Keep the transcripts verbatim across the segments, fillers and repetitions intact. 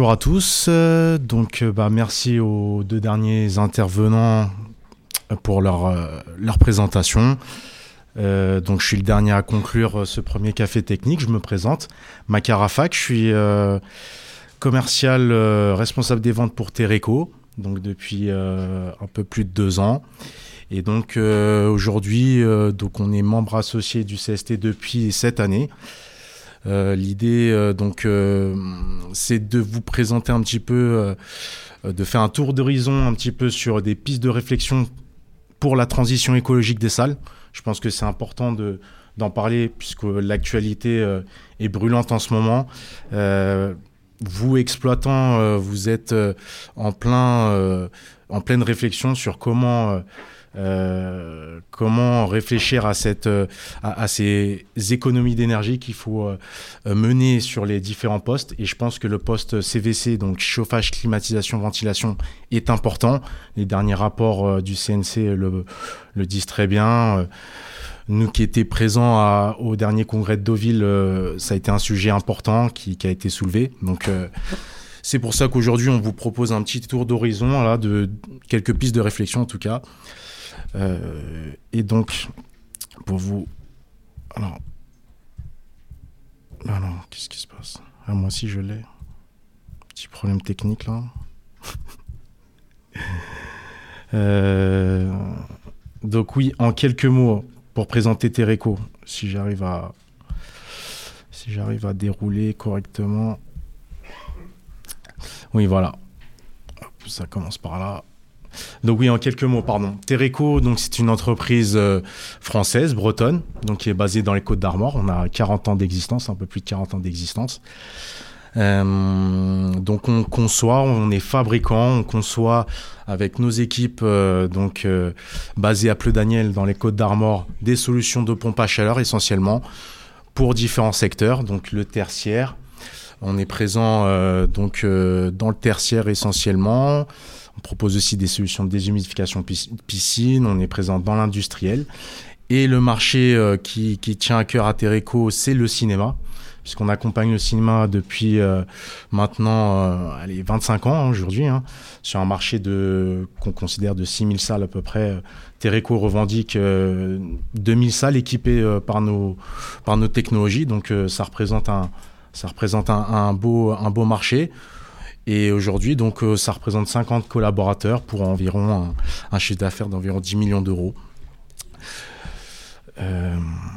bonjour à tous. Euh, donc, euh, bah, merci aux deux derniers intervenants pour leur, euh, leur présentation. Euh, donc, je suis le dernier à conclure ce premier café technique. Je me présente, Makar Afak. Je suis euh, commercial euh, responsable des ventes pour Tereco, donc depuis euh, un peu plus de deux ans. Et donc, euh, aujourd'hui, euh, donc on est membre associé du C S T depuis cette année. Euh, l'idée, euh, donc, euh, c'est de vous présenter un petit peu, euh, de faire un tour d'horizon un petit peu sur des pistes de réflexion pour la transition écologique des salles. Je pense que c'est important de, d'en parler puisque l'actualité euh, est brûlante en ce moment. Euh, vous, exploitants, euh, vous êtes euh, en, plein, euh, en pleine réflexion sur comment... Euh, Euh, comment réfléchir à, cette, euh, à, à ces économies d'énergie qu'il faut euh, mener sur les différents postes. Et je pense que le poste C V C, donc chauffage, climatisation, ventilation, est important. Les derniers rapports euh, du C N C le, le disent très bien. Euh, nous qui étions présents à, au dernier congrès de Deauville, euh, ça a été un sujet important qui, qui a été soulevé. Donc... Euh, c'est pour ça qu'aujourd'hui, on vous propose un petit tour d'horizon, là, de quelques pistes de réflexion en tout cas. Euh, et donc, pour vous... Alors... Alors, qu'est-ce qui se passe? Ah, moi aussi, je l'ai. Petit problème technique, là. euh... Donc oui, en quelques mots, pour présenter Tereco, si j'arrive à... Si j'arrive à dérouler correctement... Oui, voilà. Hop, ça commence par là. Donc oui, en quelques mots, pardon. Tereco, donc c'est une entreprise euh, française, bretonne, donc qui est basée dans les Côtes-d'Armor. On a quarante ans d'existence, un peu plus de quarante ans d'existence. Euh, donc on conçoit, on est fabricant, on conçoit avec nos équipes euh, donc euh, basées à Pleu-Daniel dans les Côtes-d'Armor des solutions de pompe à chaleur essentiellement pour différents secteurs, donc le tertiaire. On est présent euh, donc euh, dans le tertiaire essentiellement. On propose aussi des solutions de déshumidification piscine. On est présent dans l'industriel. Et le marché euh, qui, qui tient à cœur à Tereco, c'est le cinéma, puisqu'on accompagne le cinéma depuis euh, maintenant euh, allez, vingt-cinq ans hein, aujourd'hui, hein, sur un marché de, qu'on considère de six mille salles à peu près. Tereco revendique euh, deux mille salles équipées euh, par, nos, par nos technologies. Donc euh, ça représente un... Ça représente un, un, beau, un beau marché. Et aujourd'hui, donc, euh, ça représente cinquante collaborateurs pour environ un, un chiffre d'affaires d'environ dix millions d'euros. Euh,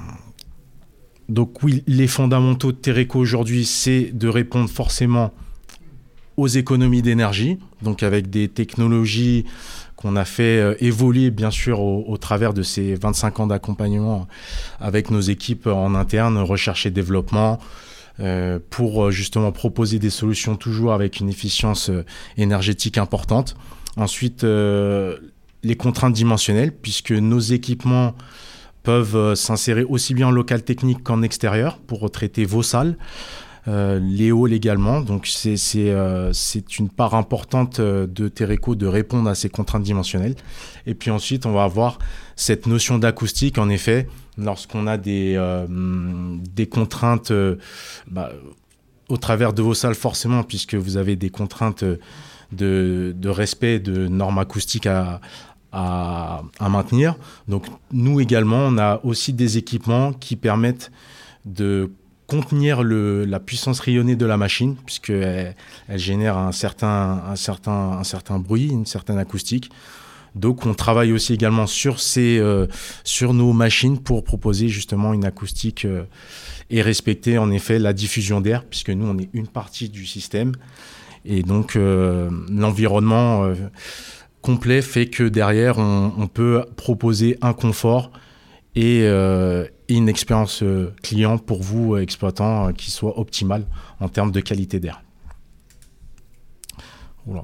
donc oui, les fondamentaux de Tereco aujourd'hui, c'est de répondre forcément aux économies d'énergie, donc avec des technologies qu'on a fait euh, évoluer bien sûr au, au travers de ces vingt-cinq ans d'accompagnement avec nos équipes en interne, recherche et développement, Euh, pour justement proposer des solutions toujours avec une efficience euh, énergétique importante. Ensuite, euh, les contraintes dimensionnelles, puisque nos équipements peuvent euh, s'insérer aussi bien en local technique qu'en extérieur pour traiter vos salles, euh, les halls également. Donc c'est, c'est, euh, c'est une part importante de Tereco de répondre à ces contraintes dimensionnelles. Et puis ensuite, on va avoir cette notion d'acoustique, en effet, lorsqu'on a des, euh, des contraintes euh, bah, au travers de vos salles forcément, puisque vous avez des contraintes de, de respect de normes acoustiques à, à, à maintenir. Donc nous également, on a aussi des équipements qui permettent de contenir le, la puissance rayonnée de la machine, puisqu'elle elle génère un certain, un, certain, un certain bruit, une certaine acoustique. Donc, on travaille aussi également sur, ces, euh, sur nos machines pour proposer justement une acoustique euh, et respecter en effet la diffusion d'air, puisque nous, on est une partie du système. Et donc, euh, l'environnement euh, complet fait que derrière, on, on peut proposer un confort et, euh, et une expérience euh, client pour vous, euh, exploitants, euh, qui soit optimale en termes de qualité d'air. Voilà.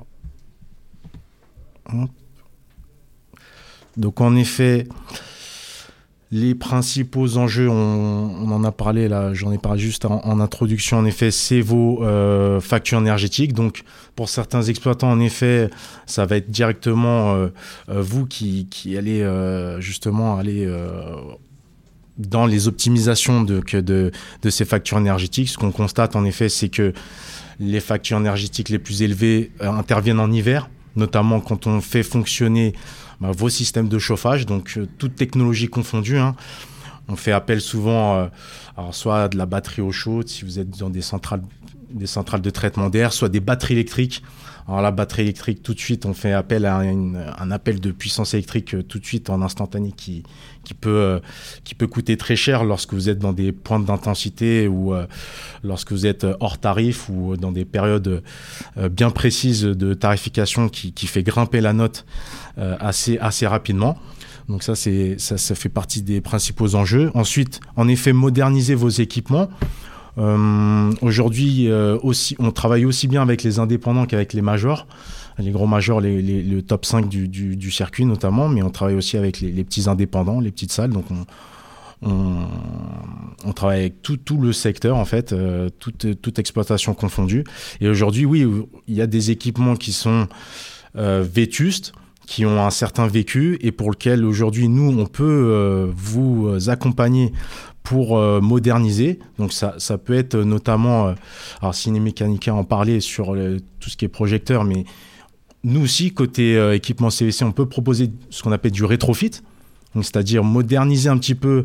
Hop. Donc en effet, les principaux enjeux, on, on en a parlé là, j'en ai parlé juste en, en introduction, en effet, c'est vos euh, factures énergétiques. Donc pour certains exploitants, en effet, ça va être directement euh, vous qui, qui allez euh, justement aller euh, dans les optimisations de, que de, de ces factures énergétiques, ce qu'on constate en effet, c'est que les factures énergétiques les plus élevées euh, interviennent en hiver, notamment quand on fait fonctionner bah, vos systèmes de chauffage, donc euh, toute technologie confondue. Hein. On fait appel souvent, euh, alors soit à de la batterie eau chaude, si vous êtes dans des centrales, des centrales de traitement d'air, soit des batteries électriques. Alors la batterie électrique, tout de suite, on fait appel à une, un appel de puissance électrique euh, tout de suite en instantané qui, qui, peut, euh, qui peut coûter très cher lorsque vous êtes dans des pointes d'intensité ou euh, lorsque vous êtes hors tarif ou dans des périodes euh, bien précises de tarification qui, qui fait grimper la note euh, assez, assez rapidement. Donc ça, c'est, ça, ça fait partie des principaux enjeux. Ensuite, en effet, moderniser vos équipements. Euh, aujourd'hui, euh, aussi, on travaille aussi bien avec les indépendants qu'avec les majors, les gros majors, les, les, le top cinq du, du, du circuit notamment, mais on travaille aussi avec les, les petits indépendants, les petites salles. Donc on, on, on travaille avec tout, tout le secteur, en fait, euh, toute, toute exploitation confondue. Et aujourd'hui, oui, il y a des équipements qui sont euh, vétustes, qui ont un certain vécu et pour lequel aujourd'hui, nous, on peut euh, vous accompagner pour euh, moderniser. Donc ça, ça peut être notamment, euh, alors Cinemecanica en parlait sur le, tout ce qui est projecteur, mais nous aussi, côté euh, équipement C V C, on peut proposer ce qu'on appelle du rétrofit, donc c'est-à-dire moderniser un petit peu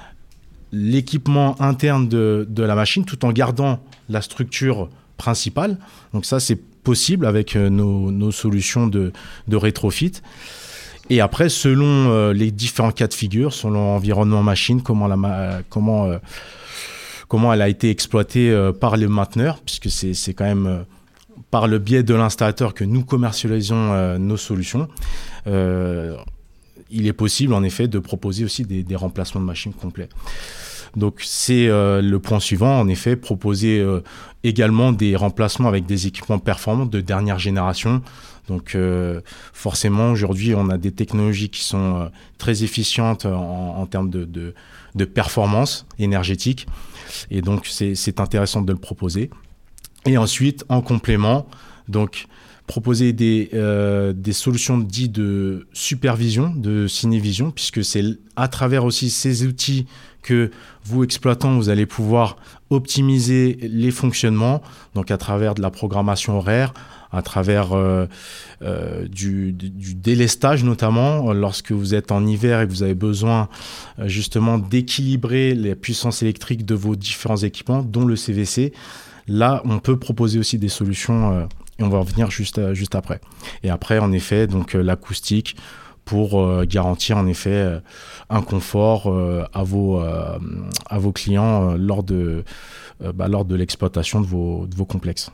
l'équipement interne de, de la machine tout en gardant la structure principale. Donc ça, c'est possible avec euh, nos, nos solutions de, de rétrofit. Et après, selon euh, les différents cas de figure, selon l'environnement machine, comment, la ma- comment, euh, comment elle a été exploitée euh, par les mainteneurs, puisque c'est, c'est quand même euh, par le biais de l'installateur que nous commercialisons euh, nos solutions. Euh, il est possible, en effet, de proposer aussi des, des remplacements de machines complets. Donc, c'est euh, le point suivant, en effet, proposer euh, également des remplacements avec des équipements performants de dernière génération. Donc euh, forcément, aujourd'hui, on a des technologies qui sont euh, très efficientes en, en termes de, de, de performance énergétique. Et donc, c'est, c'est intéressant de le proposer. Et ensuite, en complément, donc, proposer des, euh, des solutions dites de supervision, de cinévision, puisque c'est à travers aussi ces outils que vous, exploitants, vous allez pouvoir optimiser les fonctionnements, donc à travers de la programmation horaire, à travers euh, euh, du, du délestage notamment, lorsque vous êtes en hiver et que vous avez besoin euh, justement d'équilibrer les puissances électriques de vos différents équipements, dont le C V C. Là, on peut proposer aussi des solutions euh, et on va en venir juste, euh, juste après. Et après, en effet, donc euh, l'acoustique pour euh, garantir en effet euh, un confort euh, à, vos, euh, à vos clients euh, lors, de, euh, bah, lors de l'exploitation de vos, de vos complexes.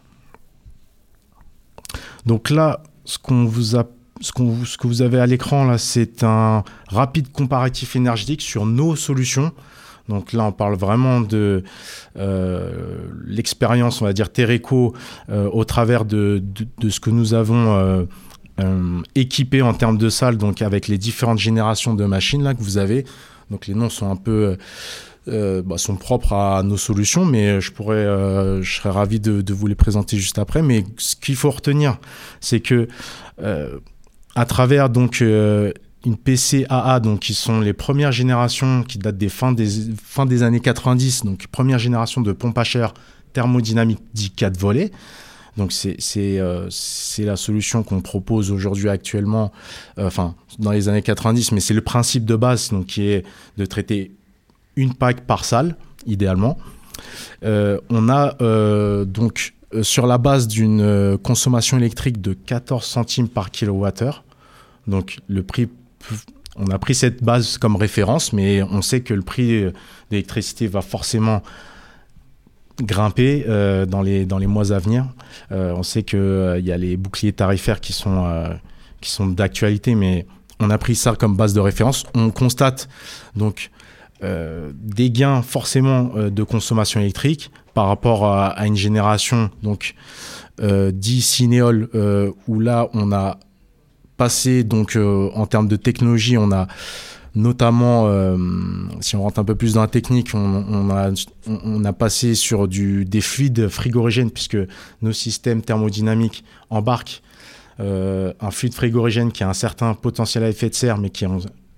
Donc là, ce, qu'on vous a, ce, qu'on, ce que vous avez à l'écran, là, c'est un rapide comparatif énergétique sur nos solutions. Donc là, on parle vraiment de euh, l'expérience, on va dire, Terreco euh, au travers de, de, de ce que nous avons euh, euh, équipé en termes de salles, donc avec les différentes générations de machines là, que vous avez. Donc les noms sont un peu... Euh, bah, sont propres à nos solutions, mais je pourrais, euh, je serais ravi de, de vous les présenter juste après. Mais ce qu'il faut retenir, c'est que euh, à travers donc euh, une P C A A, donc qui sont les premières générations qui datent des fins des fin des années quatre-vingt-dix, donc première génération de pompe à chair thermodynamique dit quatre volets. Donc c'est c'est euh, c'est la solution qu'on propose aujourd'hui actuellement, euh, enfin dans les années quatre-vingt-dix, mais c'est le principe de base, donc qui est de traiter une pack par salle, idéalement. Euh, on a euh, donc euh, sur la base d'une euh, consommation électrique de quatorze centimes par kilowattheure. Donc le prix, on a pris cette base comme référence, mais on sait que le prix d'électricité va forcément grimper euh, dans les dans les mois à venir. Euh, on sait que euh, y a les boucliers tarifaires qui sont euh, qui sont d'actualité, mais on a pris ça comme base de référence. On constate donc Euh, des gains forcément euh, de consommation électrique par rapport à, à une génération donc euh, dit Cinéol euh, où là on a passé donc euh, en termes de technologie, on a notamment euh, si on rentre un peu plus dans la technique, on, on, a, on a passé sur du, des fluides frigorigènes puisque nos systèmes thermodynamiques embarquent euh, un fluide frigorigène qui a un certain potentiel à effet de serre mais qui est en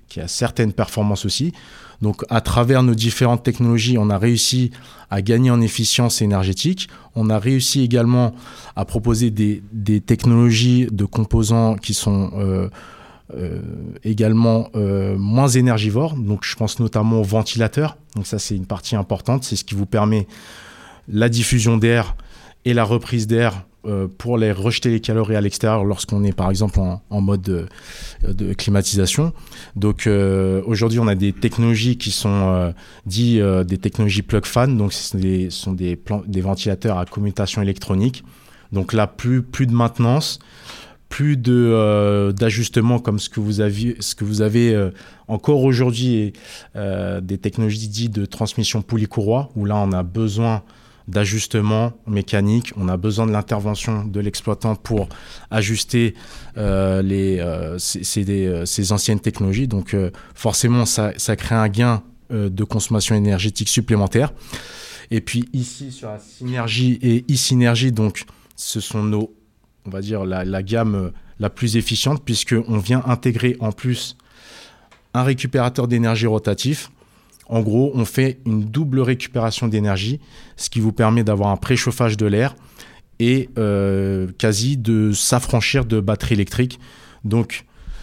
qui a certaines performances aussi. Donc, à travers nos différentes technologies, on a réussi à gagner en efficience énergétique. On a réussi également à proposer des, des technologies de composants qui sont euh, euh, également euh, moins énergivores. Donc, je pense notamment aux ventilateurs. Donc, ça, c'est une partie importante. C'est ce qui vous permet la diffusion d'air et la reprise d'air pour les rejeter les calories à l'extérieur lorsqu'on est par exemple en, en mode de, de climatisation. Donc euh, aujourd'hui on a des technologies qui sont euh, dites euh, des technologies plug fan, donc ce sont des, sont des, plans, des ventilateurs à commutation électronique. Donc là plus, plus de maintenance, plus de, euh, d'ajustement comme ce que vous avez, ce que vous avez euh, encore aujourd'hui, euh, des technologies dites de transmission poulie-courroie, où là on a besoin d'ajustement mécanique, on a besoin de l'intervention de l'exploitant pour ajuster euh, les, euh, ces, ces, des, ces anciennes technologies. Donc euh, forcément, ça, ça crée un gain euh, de consommation énergétique supplémentaire. Et puis ici, sur la synergie et e-synergie, donc ce sont nos, on va dire, la, la gamme la plus efficiente, puisqu'on vient intégrer en plus un récupérateur d'énergie rotatif. En gros, on fait une double récupération d'énergie, ce qui vous permet d'avoir un préchauffage de l'air et euh, quasi de s'affranchir de batteries électriques. Donc,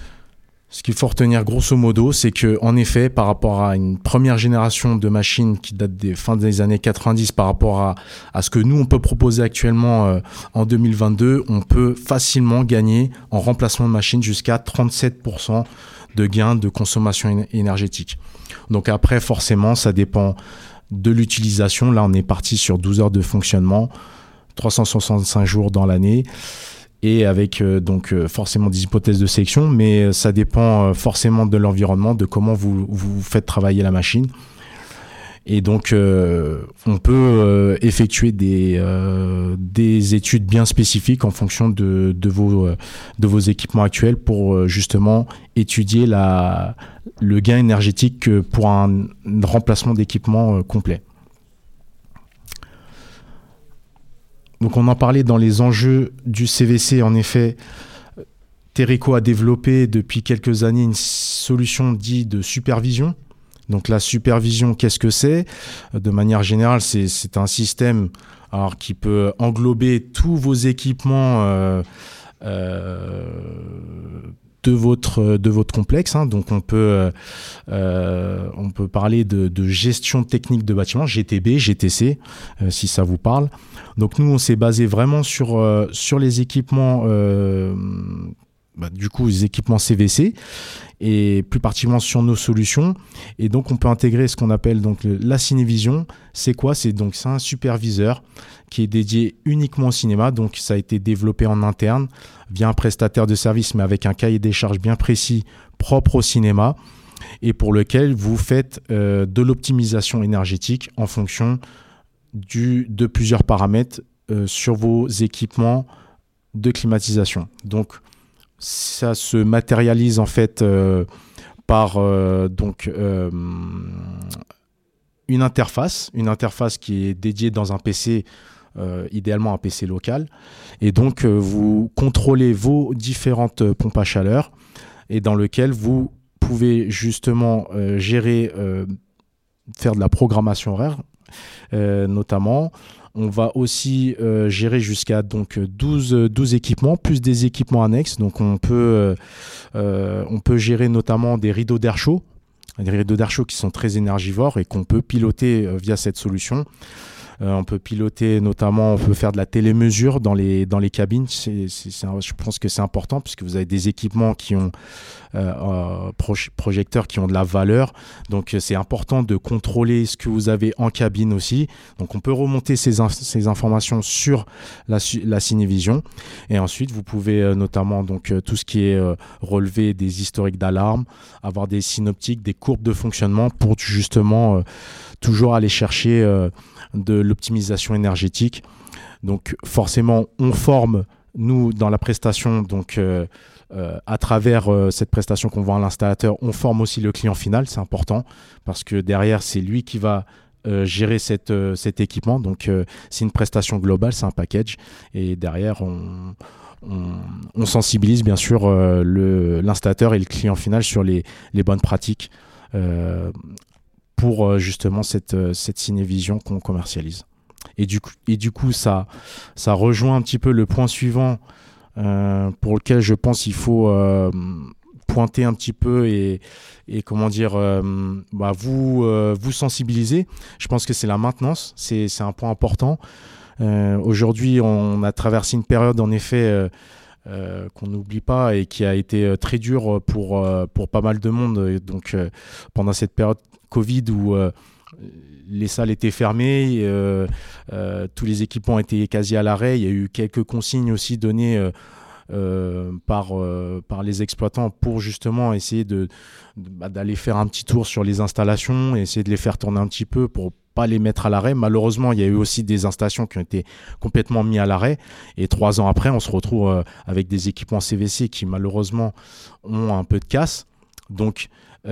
ce qu'il faut retenir grosso modo, c'est qu'en effet, par rapport à une première génération de machines qui date des fins des années quatre-vingt-dix, par rapport à, à ce que nous, on peut proposer actuellement euh, en deux mille vingt-deux, on peut facilement gagner en remplacement de machines jusqu'à trente-sept pour cent de gains de consommation énergétique. Donc après, forcément, ça dépend de l'utilisation. Là, on est parti sur douze heures de fonctionnement, trois cent soixante-cinq jours dans l'année, et avec euh, donc euh, forcément des hypothèses de sélection, mais euh, ça dépend euh, forcément de l'environnement, de comment vous, vous faites travailler la machine. Et donc, euh, on peut euh, effectuer des, euh, des études bien spécifiques en fonction de, de, vos, euh, de vos équipements actuels pour euh, justement étudier la, le gain énergétique pour un, un remplacement d'équipement euh, complet. Donc, on en parlait dans les enjeux du C V C. En effet, Terreco a développé depuis quelques années une solution dite de supervision. Donc la supervision, qu'est-ce que c'est ? De manière générale, c'est, c'est un système alors, qui peut englober tous vos équipements euh, euh, de, votre, de votre complexe. Hein. Donc on peut, euh, on peut parler de, de gestion technique de bâtiment, G T B, G T C, euh, si ça vous parle. Donc nous, on s'est basé vraiment sur, euh, sur les équipements, euh, bah, du coup, les équipements C V C, et plus particulièrement sur nos solutions. Et donc, on peut intégrer ce qu'on appelle donc la cinévision. C'est quoi ? C'est donc c'est un superviseur qui est dédié uniquement au cinéma. Donc, ça a été développé en interne via un prestataire de service, mais avec un cahier des charges bien précis, propre au cinéma, et pour lequel vous faites euh, de l'optimisation énergétique en fonction du, de plusieurs paramètres euh, sur vos équipements de climatisation. Donc, ça se matérialise en fait euh, par euh, donc, euh, une interface, une interface qui est dédiée dans un P C, euh, idéalement un P C local. Et donc, euh, vous contrôlez vos différentes pompes à chaleur et dans lequel vous pouvez justement euh, gérer, euh, faire de la programmation horaire, euh, notamment. On va aussi euh, gérer jusqu'à donc douze, douze équipements, plus des équipements annexes. Donc on peut, euh, on peut gérer notamment des rideaux d'air chaud, des rideaux d'air chaud qui sont très énergivores et qu'on peut piloter euh, via cette solution. Euh, on peut piloter notamment, on peut faire de la télémesure dans les, dans les cabines. C'est, c'est, c'est un, je pense que c'est important puisque vous avez des équipements qui ont euh, euh, proj- projecteurs qui ont de la valeur. Donc c'est important de contrôler ce que vous avez en cabine aussi. Donc on peut remonter ces, in- ces informations sur la, la cinévision. Et ensuite vous pouvez euh, notamment donc euh, tout ce qui est euh, relever des historiques d'alarme, avoir des synoptiques, des courbes de fonctionnement pour justement euh, toujours aller chercher euh, de l'optimisation énergétique. Donc forcément, on forme, nous, dans la prestation, donc euh, euh, à travers euh, cette prestation qu'on vend à l'installateur, on forme aussi le client final, c'est important, parce que derrière, c'est lui qui va euh, gérer cette, euh, cet équipement. Donc euh, c'est une prestation globale, c'est un package, et derrière, on... on, on sensibilise bien sûr euh, le, l'installateur et le client final sur les, les bonnes pratiques euh, pour euh, justement cette, cette cinévision qu'on commercialise. Et du coup, et du coup ça, ça rejoint un petit peu le point suivant euh, pour lequel je pense qu'il faut euh, pointer un petit peu et, et comment dire, euh, bah vous, euh, vous sensibiliser. Je pense que c'est la maintenance, c'est, c'est un point important. Euh, aujourd'hui, on a traversé une période en effet euh, euh, qu'on n'oublie pas et qui a été très dure pour, euh, pour pas mal de monde. Et donc euh, pendant cette période Covid où euh, les salles étaient fermées, euh, euh, tous les équipements étaient quasi à l'arrêt. Il y a eu quelques consignes aussi données euh, euh, par, euh, par les exploitants pour justement essayer de, de, bah, d'aller faire un petit tour sur les installations et essayer de les faire tourner un petit peu pour pas les mettre à l'arrêt. Malheureusement, il y a eu aussi des installations qui ont été complètement mises à l'arrêt. Et trois ans après, on se retrouve euh, avec des équipements C V C qui malheureusement ont un peu de casse. Donc,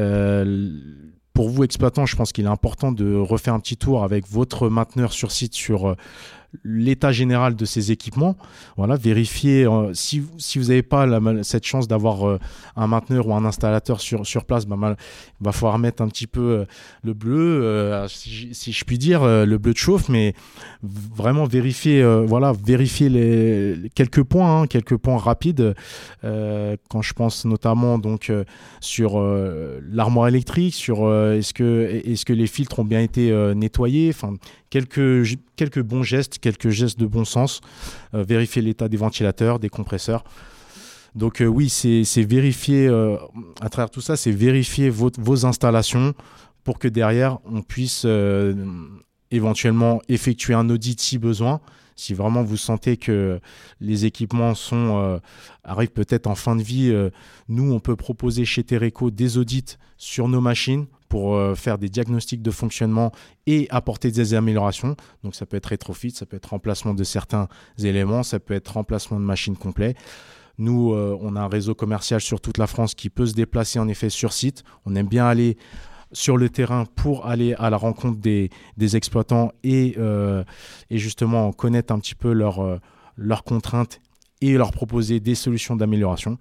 euh, pour vous, exploitants, je pense qu'il est important de refaire un petit tour avec votre mainteneur sur site sur euh, l'état général de ces équipements. Voilà, vérifier euh, si, si vous n'avez pas la, cette chance d'avoir euh, un mainteneur ou un installateur sur, sur place, bah, mal, il va falloir mettre un petit peu euh, le bleu, euh, si, si je puis dire, euh, le bleu de chauffe, mais vraiment vérifier, euh, voilà, vérifier les, les quelques points, hein, quelques points rapides. Euh, quand je pense notamment donc euh, sur euh, l'armoire électrique, sur euh, est-ce que est-ce que les filtres ont bien été euh, nettoyés, enfin quelques quelques bons gestes, quelques gestes de bon sens. Euh, vérifier l'état des ventilateurs, des compresseurs. Donc euh, oui, c'est, c'est vérifier, euh, à travers tout ça, c'est vérifier vos, vos installations pour que derrière, on puisse euh, éventuellement effectuer un audit si besoin. Si vraiment vous sentez que les équipements sont, euh, arrivent peut-être en fin de vie, euh, nous, on peut proposer chez Terreco des audits sur nos machines pour euh, faire des diagnostics de fonctionnement et apporter des améliorations. Donc ça peut être rétrofit, ça peut être remplacement de certains éléments, ça peut être remplacement de machines complets. Nous, euh, on a un réseau commercial sur toute la France qui peut se déplacer en effet sur site. On aime bien aller sur le terrain pour aller à la rencontre des, des exploitants et, euh, et justement connaître un petit peu leurs euh, leurs contraintes et leur proposer des solutions d'amélioration.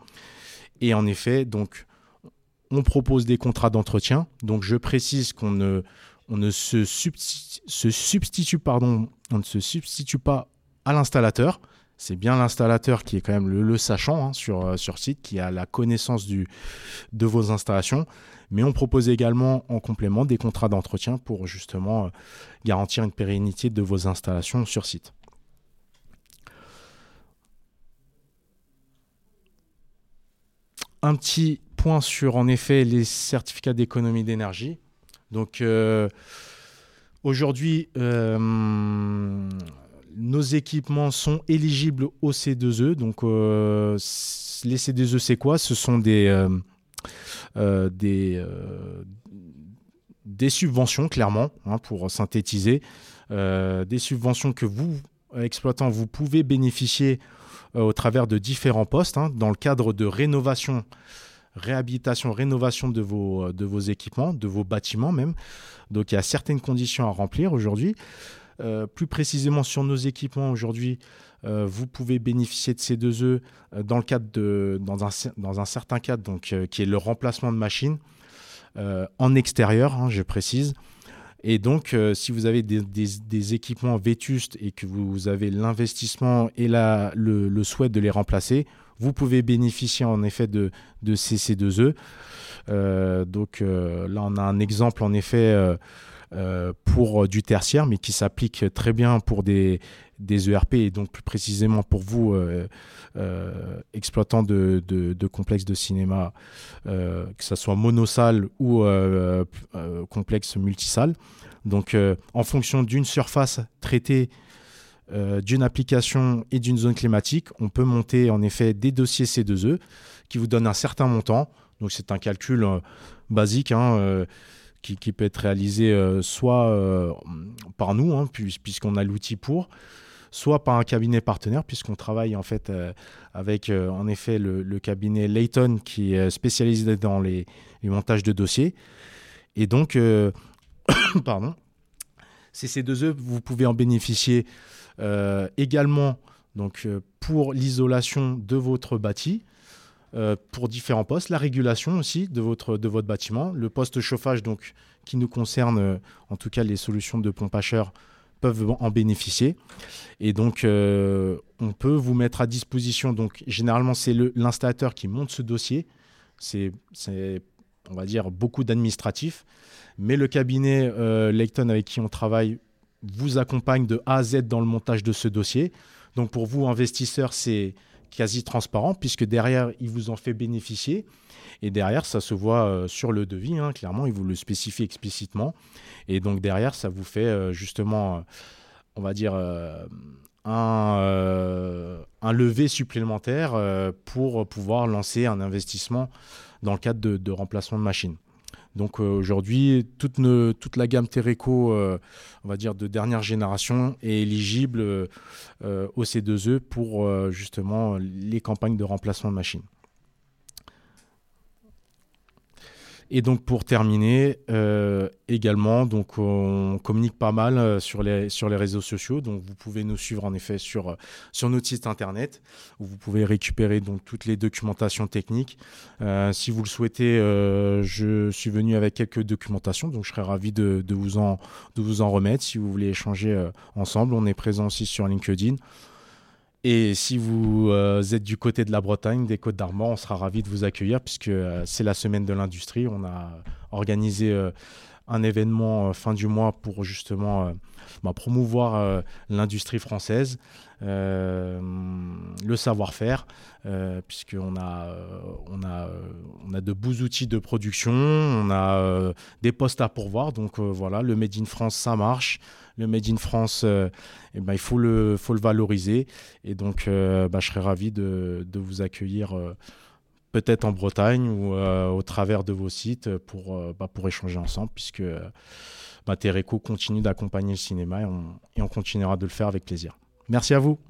Et en effet, donc, on propose des contrats d'entretien. Donc, je précise qu'on ne, on ne se substitue, se substitue, pardon, on ne se substitue pas à l'installateur. C'est bien l'installateur qui est quand même le, le sachant hein, sur, euh, sur site, qui a la connaissance du, de vos installations. Mais on propose également en complément des contrats d'entretien pour justement euh, garantir une pérennité de vos installations sur site. Un petit point sur en effet les certificats d'économie d'énergie. Donc euh, aujourd'hui, euh, nos équipements sont éligibles au C deux E. Donc euh, les C deux E, c'est quoi ? Ce sont des... Euh, Euh, des, euh, des subventions, clairement, hein, pour synthétiser, euh, des subventions que vous, exploitants, vous pouvez bénéficier euh, au travers de différents postes, hein, dans le cadre de rénovation, réhabilitation, rénovation de vos, de vos équipements, de vos bâtiments même. Donc il y a certaines conditions à remplir aujourd'hui. Euh, plus précisément sur nos équipements aujourd'hui, euh, vous pouvez bénéficier de C deux E euh, dans le cadre de, dans un, dans un certain cadre, donc, euh, qui est le remplacement de machines euh, en extérieur, hein, je précise. Et donc, euh, si vous avez des, des, des équipements vétustes et que vous avez l'investissement et la, le, le souhait de les remplacer, vous pouvez bénéficier en effet de, de ces C deux E. Euh, donc euh, là, on a un exemple en effet euh, euh, pour du tertiaire, mais qui s'applique très bien pour des, des E R P et donc plus précisément pour vous, euh, euh, exploitants de, de, de complexes de cinéma, euh, que ce soit monosalle ou euh, euh, complexe multisalle. Donc euh, en fonction d'une surface traitée, euh, d'une application et d'une zone climatique, on peut monter en effet des dossiers C deux E qui vous donnent un certain montant. Donc c'est un calcul euh, basique, hein, euh, qui, qui peut être réalisé euh, soit euh, par nous, hein, puis, puisqu'on a l'outil pour, soit par un cabinet partenaire, puisqu'on travaille en fait euh, avec euh, en effet le, le cabinet Layton qui est spécialisé dans les, les montages de dossiers. Et donc, euh, pardon, ces C deux E, vous pouvez en bénéficier euh, également donc euh, pour l'isolation de votre bâti, euh, pour différents postes, la régulation aussi de votre, de votre bâtiment, le poste chauffage donc, qui nous concerne, euh, en tout cas les solutions de pompageurs peuvent en bénéficier. Et donc, euh, on peut vous mettre à disposition, donc généralement c'est le, l'installateur qui monte ce dossier, c'est, c'est on va dire beaucoup d'administratifs, mais le cabinet euh, Layton avec qui on travaille vous accompagne de A à Z dans le montage de ce dossier. Donc pour vous, investisseurs, c'est quasi transparent puisque derrière, il vous en fait bénéficier. Et derrière, ça se voit euh, sur le devis, hein, clairement, il vous le spécifie explicitement. Et donc derrière, ça vous fait euh, justement, euh, on va dire, euh, un, euh, un levier supplémentaire euh, pour pouvoir lancer un investissement dans le cadre de, de remplacement de machines. Donc euh, aujourd'hui, toute, ne, toute la gamme Terreco, euh, on va dire de dernière génération, est éligible euh, au C deux E pour euh, justement les campagnes de remplacement de machines. Et donc pour terminer, euh, également, donc on communique pas mal sur les, sur les réseaux sociaux. Donc vous pouvez nous suivre en effet sur, sur notre site internet où vous pouvez récupérer donc toutes les documentations techniques. Euh, si vous le souhaitez, euh, je suis venu avec quelques documentations, donc je serais ravi de, de, vous, en, de vous en remettre si vous voulez échanger euh, ensemble. On est présent aussi sur LinkedIn. Et si vous euh, êtes du côté de la Bretagne, des Côtes d'Armor, on sera ravis de vous accueillir puisque euh, c'est la semaine de l'industrie. On a organisé euh, un événement euh, fin du mois pour justement euh, bah, promouvoir euh, l'industrie française, euh, le savoir-faire, euh, puisqu'on a, euh, on a, euh, on a de beaux outils de production, on a euh, des postes à pourvoir. Donc euh, voilà, le Made in France, ça marche. Le Made in France, euh, eh ben, il faut le, faut le valoriser. Et donc, euh, bah, je serais ravi de, de vous accueillir euh, peut-être en Bretagne ou euh, au travers de vos sites pour, euh, bah, pour échanger ensemble, puisque bah, Terreco continue d'accompagner le cinéma et on, et on continuera de le faire avec plaisir. Merci à vous.